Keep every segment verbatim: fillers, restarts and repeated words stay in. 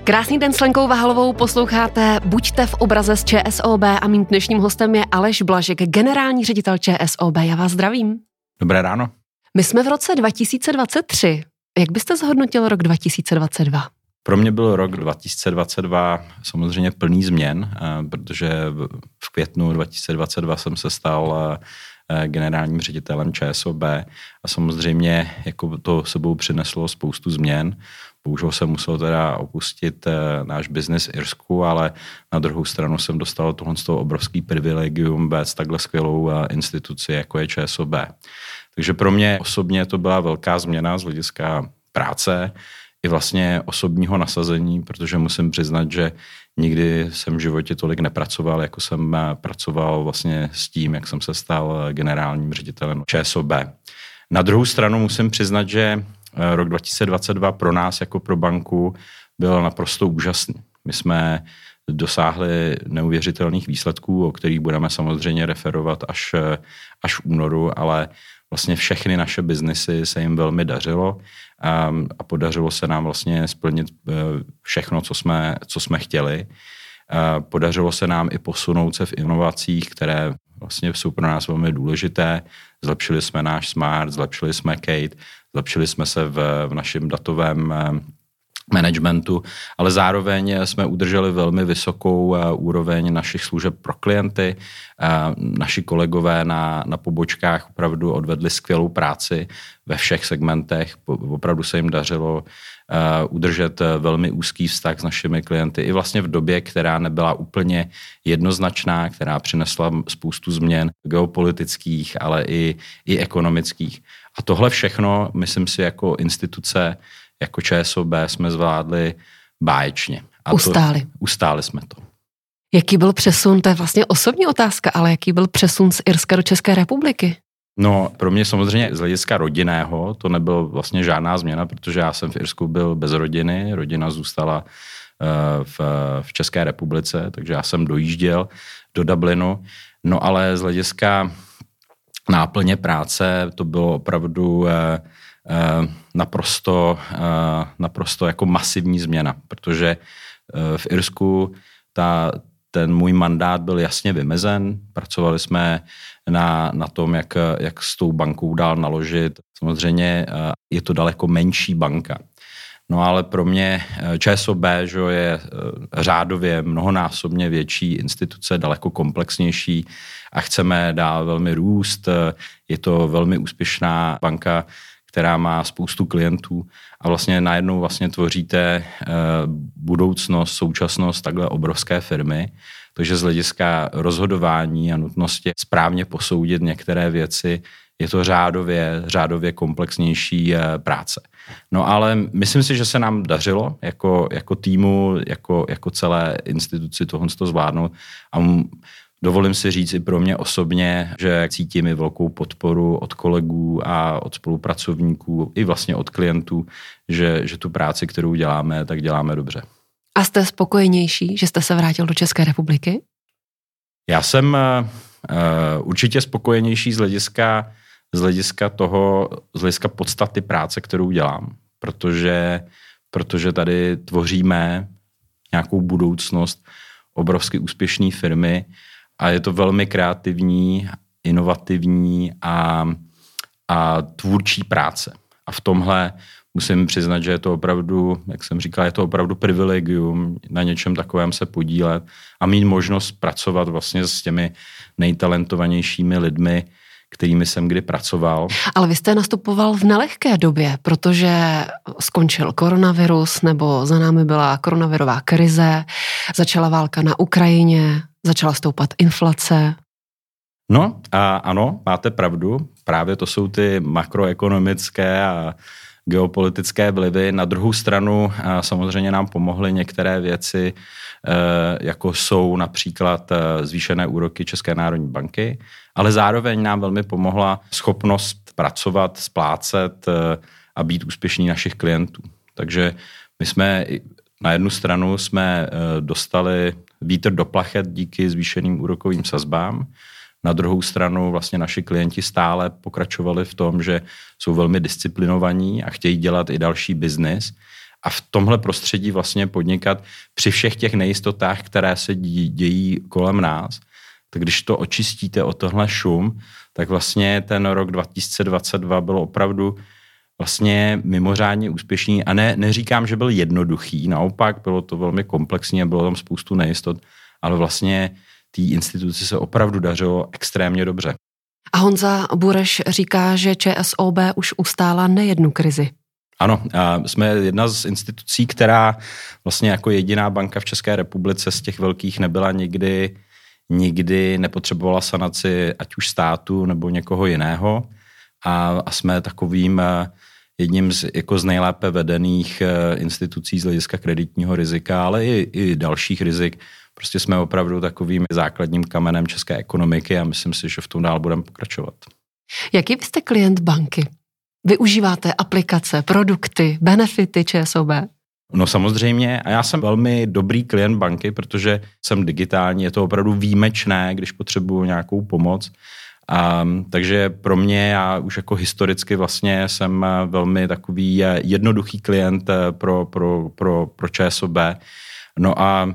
Krásný den s Lenkou Vahalovou, posloucháte Buďte v obraze z ČSOB a mým dnešním hostem je Aleš Blažek, generální ředitel ČSOB. Já vás zdravím. Dobré ráno. My jsme v roce dva tisíce dvacet tři. Jak byste zhodnotil rok dva tisíce dvacet dva? Pro mě byl rok dva tisíce dvacet dva samozřejmě plný změn, protože v květnu dva tisíce dvacet dva jsem se stal generálním ředitelem ČSOB a samozřejmě jako to sebou přineslo spoustu změn. Bohužel jsem musel teda opustit náš biznis v Irsku, ale na druhou stranu jsem dostal tohle z toho obrovský privilegium vést takhle skvělou instituci, jako je ČSOB. Takže pro mě osobně to byla velká změna z hlediska práce i vlastně osobního nasazení, protože musím přiznat, že nikdy jsem v životě tolik nepracoval, jako jsem pracoval vlastně s tím, jak jsem se stal generálním ředitelem ČSOB. Na druhou stranu musím přiznat, že rok dva tisíce dvacet dva pro nás jako pro banku byl naprosto úžasný. My jsme dosáhli neuvěřitelných výsledků, o kterých budeme samozřejmě referovat až, až v únoru, ale vlastně všechny naše biznesy se jim velmi dařilo a, a podařilo se nám vlastně splnit všechno, co jsme, co jsme chtěli. A podařilo se nám i posunout se v inovacích, které vlastně jsou pro nás velmi důležité. Zlepšili jsme náš Smart, zlepšili jsme Kate, zlepšili jsme se v, v našem datovém managementu, ale zároveň jsme udrželi velmi vysokou úroveň našich služeb pro klienty. Naši kolegové na, na pobočkách opravdu odvedli skvělou práci ve všech segmentech. Opravdu se jim dařilo udržet velmi úzký vztah s našimi klienty i vlastně v době, která nebyla úplně jednoznačná, která přinesla spoustu změn geopolitických, ale i, i ekonomických. A tohle všechno, myslím si, jako instituce, jako ČSOB jsme zvládli báječně. A ustáli. To, ustáli jsme to. Jaký byl přesun, to je vlastně osobní otázka, ale jaký byl přesun z Irska do České republiky? No, pro mě samozřejmě z hlediska rodinného to nebyl vlastně žádná změna, protože já jsem v Irsku byl bez rodiny, rodina zůstala v, v České republice, takže já jsem dojížděl do Dublinu. No ale z hlediska náplně práce to bylo opravdu naprosto, naprosto jako masivní změna, protože v Irsku ta, ten můj mandát byl jasně vymezen. Pracovali jsme na, na tom, jak, jak s tou bankou dál naložit. Samozřejmě je to daleko menší banka. No ale pro mě ČSOB, že je řádově mnohonásobně větší instituce, daleko komplexnější a chceme dál velmi růst. Je to velmi úspěšná banka, která má spoustu klientů a vlastně najednou vlastně tvoříte budoucnost, současnost takhle obrovské firmy. Takže z hlediska rozhodování a nutnosti správně posoudit některé věci je to řádově, řádově komplexnější práce. No ale myslím si, že se nám dařilo jako, jako týmu, jako, jako celé instituci tohle to zvládnout a dovolím si říct i pro mě osobně, že cítím i velkou podporu od kolegů a od spolupracovníků i vlastně od klientů, že, že tu práci, kterou děláme, tak děláme dobře. A jste spokojenější, že jste se vrátil do České republiky? Já jsem uh, určitě spokojenější z hlediska, z hlediska toho, z hlediska podstaty práce, kterou dělám, protože, protože tady tvoříme nějakou budoucnost obrovsky úspěšné firmy a je to velmi kreativní, inovativní a, a tvůrčí práce. A v tomhle musím přiznat, že je to opravdu, jak jsem říkal, je to opravdu privilegium na něčem takovém se podílet a mít možnost pracovat vlastně s těmi nejtalentovanějšími lidmi, kterými jsem kdy pracoval. Ale vy jste nastupoval v nelehké době, protože skončil koronavirus, nebo za námi byla koronavirová krize, začala válka na Ukrajině, začala stoupat inflace. No a ano, máte pravdu. Právě to jsou ty makroekonomické a geopolitické vlivy. Na druhou stranu samozřejmě nám pomohly některé věci, jako jsou například zvýšené úroky České národní banky, ale zároveň nám velmi pomohla schopnost pracovat, splácet a být úspěšní našich klientů. Takže my jsme na jednu stranu jsme dostali vítr do plachet díky zvýšeným úrokovým sazbám. Na druhou stranu vlastně naši klienti stále pokračovali v tom, že jsou velmi disciplinovaní a chtějí dělat i další biznis. A v tomhle prostředí vlastně podnikat při všech těch nejistotách, které se dějí kolem nás, tak když to očistíte o tohle šum, tak vlastně ten rok dva tisíce dvacet dva byl opravdu vlastně mimořádně úspěšný a ne, neříkám, že byl jednoduchý, naopak bylo to velmi komplexní a bylo tam spoustu nejistot, ale vlastně té instituci se opravdu dařilo extrémně dobře. A Honza Bureš říká, že ČSOB už ustála nejednu krizi. Ano, jsme jedna z institucí, která vlastně jako jediná banka v České republice z těch velkých nebyla nikdy, nikdy nepotřebovala sanaci ať už státu nebo někoho jiného a, a jsme takovým jedním z, jako z nejlépe vedených institucí z hlediska kreditního rizika, ale i, i dalších rizik. Prostě jsme opravdu takovým základním kamenem české ekonomiky a myslím si, že v tom dál budeme pokračovat. Jaký vy jste klient banky? Využíváte aplikace, produkty, benefity ČSOB? No samozřejmě a já jsem velmi dobrý klient banky, protože jsem digitální, je to opravdu výjimečné, když potřebuju nějakou pomoc. A, takže pro mě, já už jako historicky vlastně jsem velmi takový jednoduchý klient pro, pro, pro, pro ČSOB. No a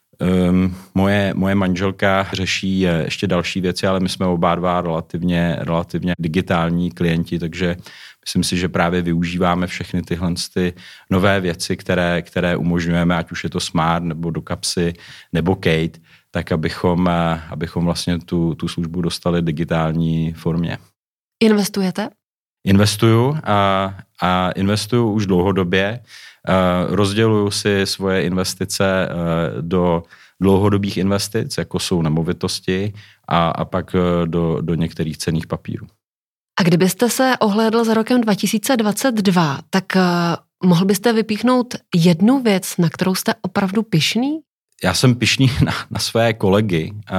um, moje, moje manželka řeší ještě další věci, ale my jsme oba dva relativně, relativně digitální klienti, takže myslím si, že právě využíváme všechny tyhle ty nové věci, které, které umožňujeme, ať už je to Smart, nebo do kapsy, nebo Kate, tak abychom, abychom vlastně tu, tu službu dostali v digitální formě. Investujete? Investuju a, a investuju už dlouhodobě. Rozděluju si svoje investice do dlouhodobých investic, jako jsou nemovitosti, a, a pak do, do některých cenných papírů. A kdybyste se ohlédl za rokem dva tisíce dvacet dva, tak uh, mohl byste vypíchnout jednu věc, na kterou jste opravdu pyšný? Já jsem pyšný na, na své kolegy uh,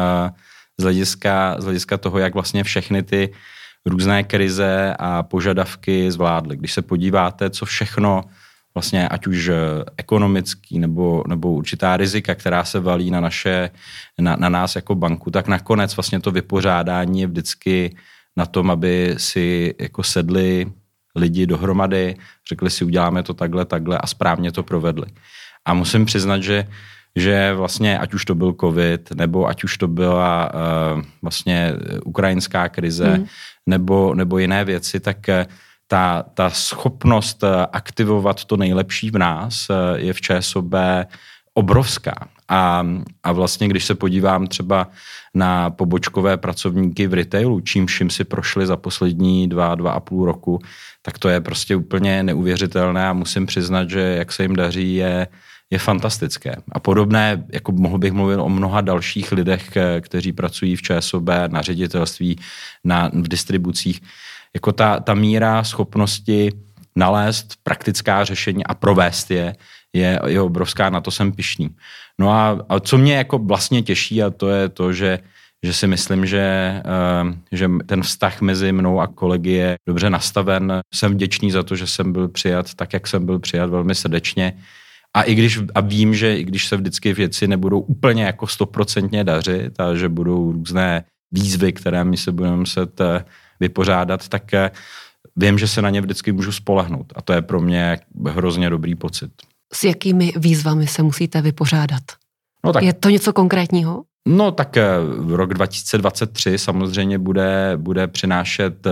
z hlediska, z hlediska toho, jak vlastně všechny ty různé krize a požadavky zvládly. Když se podíváte, co všechno vlastně, ať už ekonomický nebo, nebo určitá rizika, která se valí na, naše, na, na nás jako banku, tak nakonec vlastně to vypořádání je vždycky na tom, aby si jako sedli lidi dohromady, řekli si, uděláme to takhle, takhle a správně to provedli. A musím přiznat, že, že vlastně ať už to byl covid, nebo ať už to byla uh, vlastně ukrajinská krize, mm. nebo, nebo jiné věci, tak ta, ta schopnost aktivovat to nejlepší v nás je v ČSOB obrovská. A, a vlastně, když se podívám třeba na pobočkové pracovníky v retailu, čím všim si prošli za poslední dva, dva a půl roku, tak to je prostě úplně neuvěřitelné a musím přiznat, že jak se jim daří, je, je fantastické. A podobné, jako mohl bych mluvit o mnoha dalších lidech, kteří pracují v ČSOB, na ředitelství, na, v distribucích. Jako ta, ta míra schopnosti nalézt praktická řešení a provést je, je, je obrovská, na to jsem pyšný. No a, a co mě jako vlastně těší, a to je to, že, že si myslím, že, uh, že ten vztah mezi mnou a kolegy je dobře nastaven. Jsem vděčný za to, že jsem byl přijat tak, jak jsem byl přijat, velmi srdečně. A i když a vím, že i když se vždycky věci nebudou úplně jako stoprocentně dařit a že budou různé výzvy, které my se budeme muset vypořádat, tak vím, že se na ně vždycky můžu spolehnout. A to je pro mě hrozně dobrý pocit. S jakými výzvami se musíte vypořádat? No tak, je to něco konkrétního? No tak rok dva tisíce dvacet tři samozřejmě bude, bude přinášet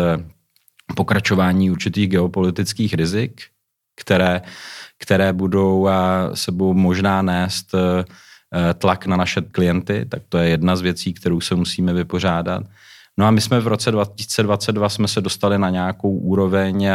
pokračování určitých geopolitických rizik, které, které budou sebou možná nést tlak na naše klienty, tak to je jedna z věcí, kterou se musíme vypořádat. No a my jsme v roce dva tisíce dvacet dva jsme se dostali na nějakou úroveň,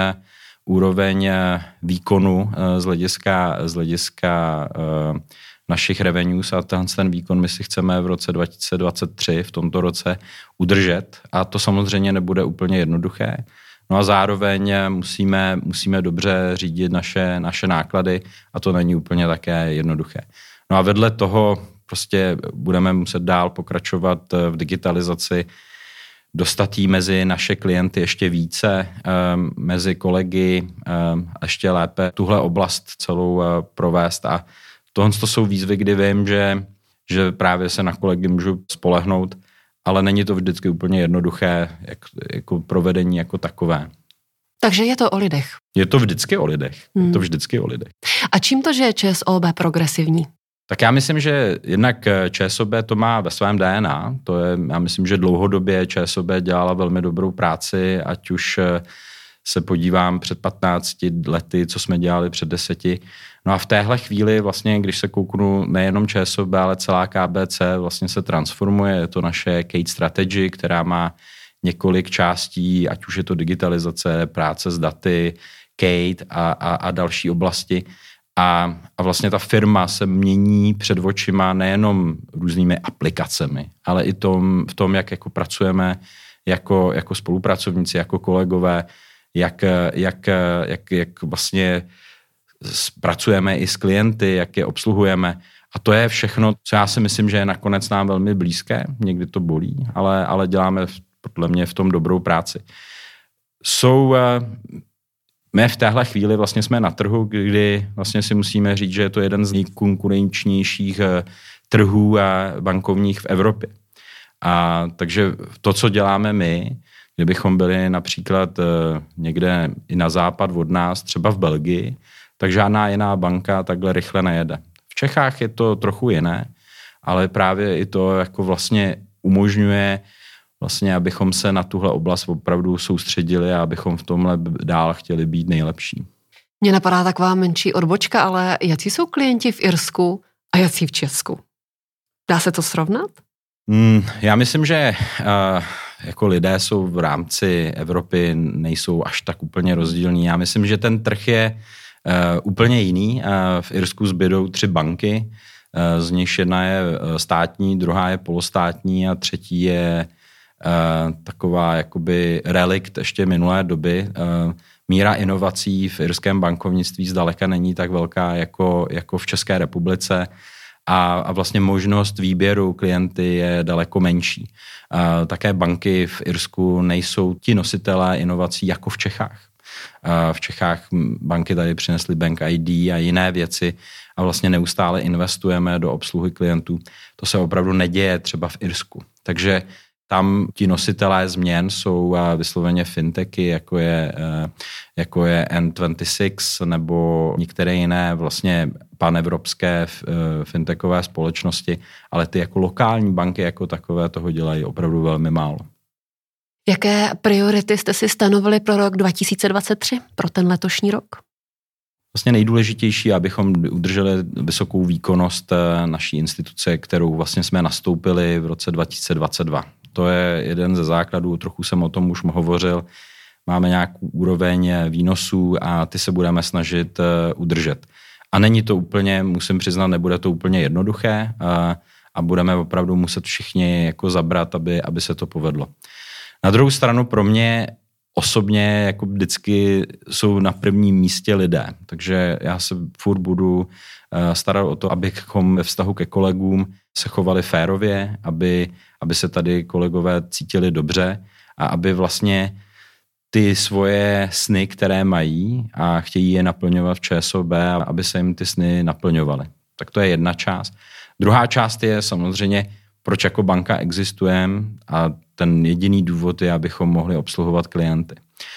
úroveň výkonu z hlediska, z hlediska uh, našich revenues a ten, ten výkon my si chceme v roce dva tisíce dvacet tři, v tomto roce, udržet a to samozřejmě nebude úplně jednoduché. No a zároveň musíme, musíme dobře řídit naše, naše náklady a to není úplně také jednoduché. No a vedle toho prostě budeme muset dál pokračovat v digitalizaci, dostat jí mezi naše klienty ještě více, um, mezi kolegy um, ještě lépe tuhle oblast celou uh, provést a tohle to jsou výzvy, kdy vím, že, že právě se na kolegy můžu spolehnout, ale není to vždycky úplně jednoduché jak, jako provedení jako takové. Takže je to o lidech. Je to vždycky o lidech. Hmm. Je to vždycky o lidech. A čím to, že je ČSOB progresivní? Tak já myslím, že jednak ČSOB to má ve svém D N A. To je, já myslím, že dlouhodobě ČSOB dělala velmi dobrou práci, ať už se podívám před patnácti lety, co jsme dělali před deseti. No a v téhle chvíli vlastně, když se kouknu nejenom ČSOB, ale celá K B C vlastně se transformuje. Je to naše Kate Strategy, která má několik částí, ať už je to digitalizace, práce s daty, Kate a, a, a další oblasti. A, a vlastně ta firma se mění před očima nejenom různými aplikacemi, ale i tom, v tom, jak jako pracujeme jako, jako spolupracovníci, jako kolegové, jak, jak, jak, jak vlastně pracujeme i s klienty, jak je obsluhujeme. A to je všechno, co já si myslím, že je nakonec nám velmi blízké. Někdy to bolí, ale, ale děláme podle mě v tom dobrou práci. Jsou... My v téhle chvíli vlastně jsme na trhu, kdy vlastně si musíme říct, že je to jeden z nejkonkurenčnějších trhů bankovních v Evropě. A takže to, co děláme my, kdybychom byli například někde i na západ od nás, třeba v Belgii, tak žádná jiná banka takhle rychle nejede. V Čechách je to trochu jiné, ale právě i to jako vlastně umožňuje vlastně, abychom se na tuhle oblast opravdu soustředili a abychom v tomhle dál chtěli být nejlepší. Mně napadá taková menší odbočka, ale jaký jsou klienti v Irsku a jaký v Česku? Dá se to srovnat? Hmm, já myslím, že uh, jako lidé jsou v rámci Evropy, nejsou až tak úplně rozdílní. Já myslím, že ten trh je uh, úplně jiný. Uh, v Irsku zbydou tři banky, uh, z nich jedna je státní, druhá je polostátní a třetí je Uh, taková jakoby relikt ještě minulé doby. Uh, míra inovací v irském bankovnictví zdaleka není tak velká jako, jako v České republice a, a vlastně možnost výběru klienty je daleko menší. Uh, také banky v Irsku nejsou ti nositelé inovací jako v Čechách. Uh, v Čechách banky tady přinesly Bank I D a jiné věci a vlastně neustále investujeme do obsluhy klientů. To se opravdu neděje třeba v Irsku. Takže tam ti nositelé změn jsou vysloveně fintechy, jako je, jako je N dvacet šest nebo některé jiné vlastně panevropské fintechové společnosti, ale ty jako lokální banky jako takové toho dělají opravdu velmi málo. Jaké priority jste si stanovili pro rok dva tisíce dvacet tři, pro ten letošní rok? Vlastně nejdůležitější, abychom udrželi vysokou výkonnost naší instituce, kterou vlastně jsme nastoupili v roce dva tisíce dvacet dva. To je jeden ze základů, trochu jsem o tom už hovořil. Máme nějakou úroveň výnosů a ty se budeme snažit udržet. A není to úplně, musím přiznat, nebude to úplně jednoduché a, a budeme opravdu muset všichni jako zabrat, aby, aby se to povedlo. Na druhou stranu pro mě osobně jako vždycky jsou na prvním místě lidé, takže já se furt budu starat o to, abychom ve vztahu ke kolegům se chovali férově, aby, aby se tady kolegové cítili dobře a aby vlastně ty svoje sny, které mají a chtějí je naplňovat v ČSOB, aby se jim ty sny naplňovaly. Tak to je jedna část. Druhá část je samozřejmě, proč jako banka existujeme a ten jediný důvod je, abychom mohli obsluhovat klienty.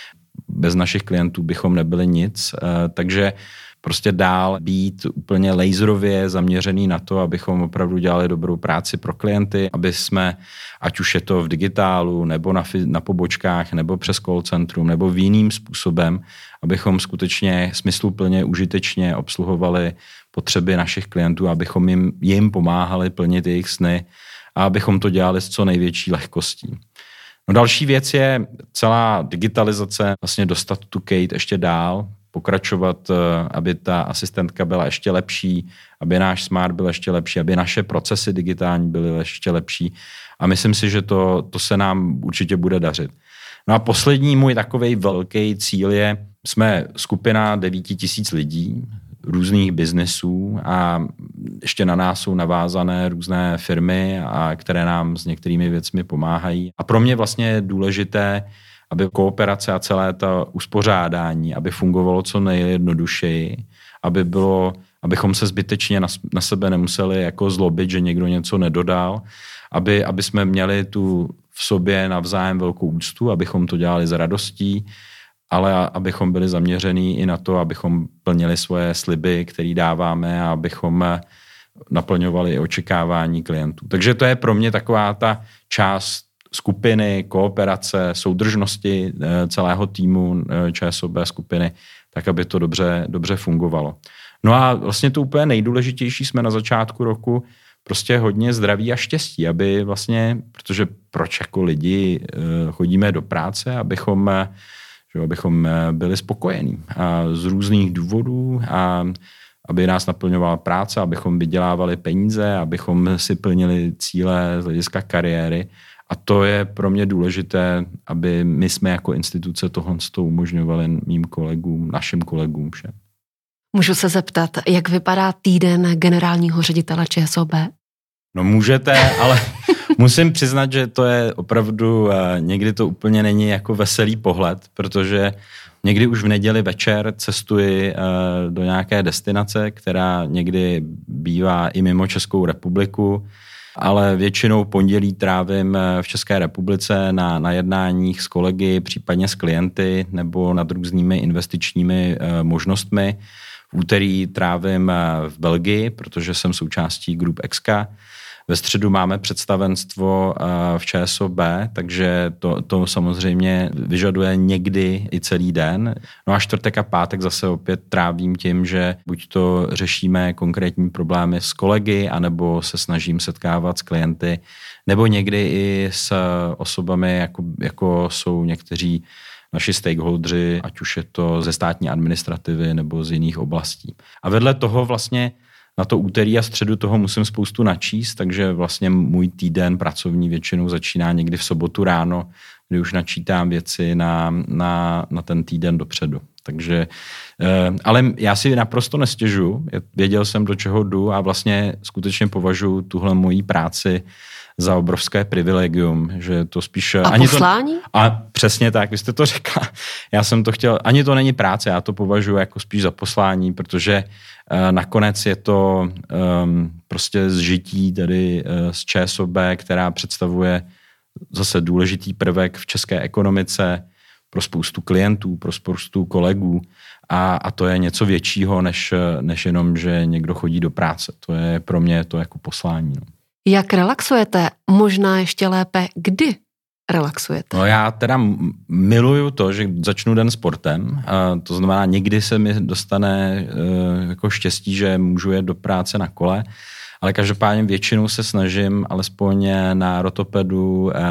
Bez našich klientů bychom nebyli nic, takže prostě dál být úplně laserově zaměřený na to, abychom opravdu dělali dobrou práci pro klienty, aby jsme, ať už je to v digitálu, nebo na, na pobočkách, nebo přes call centrum, nebo v jiným způsobem, abychom skutečně smysluplně, užitečně obsluhovali potřeby našich klientů, abychom jim, jim pomáhali plnit jejich sny a abychom to dělali s co největší lehkostí. No další věc je celá digitalizace, vlastně dostat tu Kate ještě dál, pokračovat, aby ta asistentka byla ještě lepší, aby náš smart byl ještě lepší, aby naše procesy digitální byly ještě lepší. A myslím si, že to, to se nám určitě bude dařit. No a poslední můj takovej velký cíl je, jsme skupina devět tisíc lidí, různých biznesů a ještě na nás jsou navázané různé firmy, a které nám s některými věcmi pomáhají. A pro mě vlastně je důležité, aby kooperace a celé to uspořádání, aby fungovalo co nejjednodušeji, aby bylo, abychom se zbytečně na, na sebe nemuseli jako zlobit, že někdo něco nedodal, aby, aby jsme měli tu v sobě navzájem velkou úctu, abychom to dělali s radostí ale abychom byli zaměření i na to, abychom plnili svoje sliby, které dáváme a abychom naplňovali i očekávání klientů. Takže to je pro mě taková ta část skupiny, kooperace, soudržnosti celého týmu ČSOB skupiny, tak aby to dobře, dobře fungovalo. No a vlastně to úplně nejdůležitější jsme na začátku roku prostě hodně zdraví a štěstí, aby vlastně, protože proč jako lidi chodíme do práce, abychom, že, abychom byli spokojení a z různých důvodů a aby nás naplňovala práce, abychom vydělávali peníze, abychom si plnili cíle z hlediska kariéry. A to je pro mě důležité, aby my jsme jako instituce tohle umožňovali mým kolegům, našim kolegům všem. Můžu se zeptat, jak vypadá týden generálního ředitele ČSOB? No můžete, ale musím přiznat, že to je opravdu, někdy to úplně není jako veselý pohled, protože někdy už v neděli večer cestuji do nějaké destinace, která někdy bývá i mimo Českou republiku, ale většinou pondělí trávím v České republice na, na jednáních s kolegy, případně s klienty nebo nad různými investičními možnostmi. V úterý trávím v Belgii, protože jsem součástí Group Exka. Ve středu máme představenstvo v ČSOB, takže to, to samozřejmě vyžaduje někdy i celý den. No a čtvrtek a pátek zase opět trávím tím, že buď to řešíme konkrétní problémy s kolegy, anebo se snažím setkávat s klienty, nebo někdy i s osobami, jako, jako jsou někteří naši stakeholdři, ať už je to ze státní administrativy nebo z jiných oblastí. A vedle toho vlastně na to úterý a středu toho musím spoustu načíst, takže vlastně můj týden pracovní většinou začíná někdy v sobotu ráno, kdy už načítám věci na, na, na ten týden dopředu. Takže, ale já si naprosto nestěžuji, věděl jsem, do čeho jdu a vlastně skutečně považuji tuhle moji práci za obrovské privilegium, že to spíš... A ani poslání? To, a přesně tak, vy jste to řekla. Já jsem to chtěl, ani to není práce, já to považuji jako spíš za poslání, protože uh, nakonec je to um, prostě zžití tady uh, z ČSOB, která představuje zase důležitý prvek v české ekonomice pro spoustu klientů, pro spoustu kolegů a, a to je něco většího, než, než jenom, že někdo chodí do práce. To je pro mě to jako poslání. No. Jak relaxujete? Možná ještě lépe, kdy relaxujete? No já teda miluju to, že začnu den sportem. A to znamená, někdy se mi dostane e, jako štěstí, že můžu jet do práce na kole, ale každopádně většinou se snažím alespoň na rotopedu e,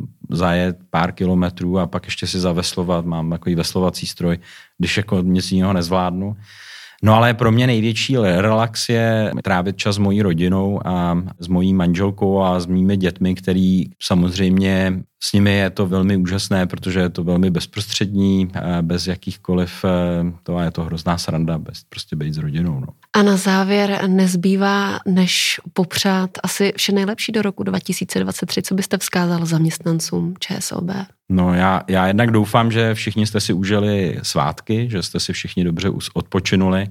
zajet pár kilometrů a pak ještě si zaveslovat. Mám takový veslovací stroj, když jako nic jiného nezvládnu. No ale pro mě největší relax je trávit čas s mojí rodinou a s mojí manželkou a s mými dětmi, který samozřejmě s nimi je to velmi úžasné, protože je to velmi bezprostřední, bez jakýchkoliv, to je to hrozná sranda, bez prostě být s rodinou. No. A na závěr nezbývá, než popřát asi vše nejlepší do roku dva tisíce dvacet tři, co byste vzkázal zaměstnancům ČSOB? No já, já jednak doufám, že všichni jste si užili svátky, že jste si všichni dobře odpočinuli.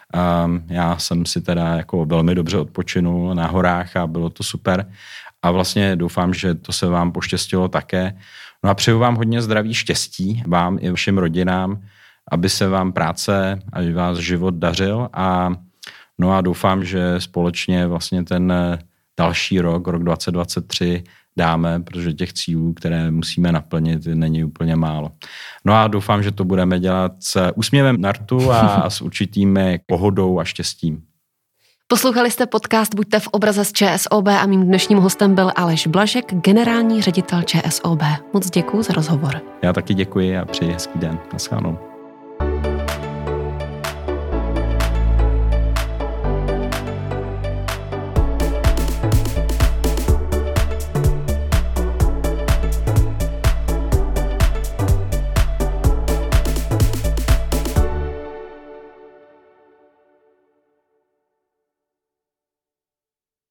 Um, já jsem si teda jako velmi dobře odpočinul na horách a bylo to super. A vlastně doufám, že to se vám poštěstilo také. No a přeju vám hodně zdraví, štěstí, vám i vašim rodinám, aby se vám práce a vás život dařil. A, no a doufám, že společně vlastně ten další rok, rok dvacet dvacet tři, dáme, protože těch cílů, které musíme naplnit, není úplně málo. No a doufám, že to budeme dělat s úsměvem na rtu a s určitým pohodou a štěstím. Poslouchali jste podcast Buďte v obraze z ČSOB a mým dnešním hostem byl Aleš Blažek, generální ředitel ČSOB. Moc děkuji za rozhovor. Já taky děkuji a přeji hezký den. Naschledanou.